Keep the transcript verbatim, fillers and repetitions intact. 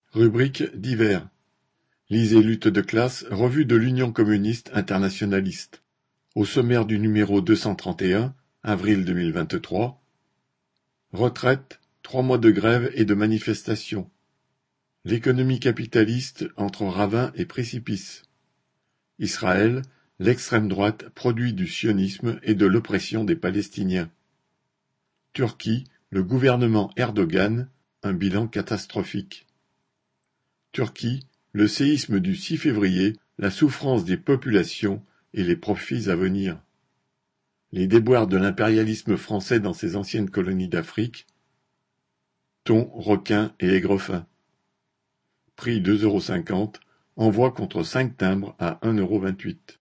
Rubrique divers. Lisez Lutte de classe, revue de l'Union communiste internationaliste. Au sommaire du numéro deux cent trente et un, avril deux mille vingt-trois. Retraite, trois mois de grève et de manifestation. L'économie capitaliste entre ravin et précipice. Israël, l'extrême droite produit du sionisme et de l'oppression des Palestiniens. Turquie, le gouvernement Erdogan, un bilan catastrophique. Turquie, le séisme du six février, la souffrance des populations et les profits à venir. Les déboires de l'impérialisme français dans ses anciennes colonies d'Afrique. Thon, requin et aigrefin. Prix deux euros cinquante, envoi contre cinq timbres à un euro vingt-huit.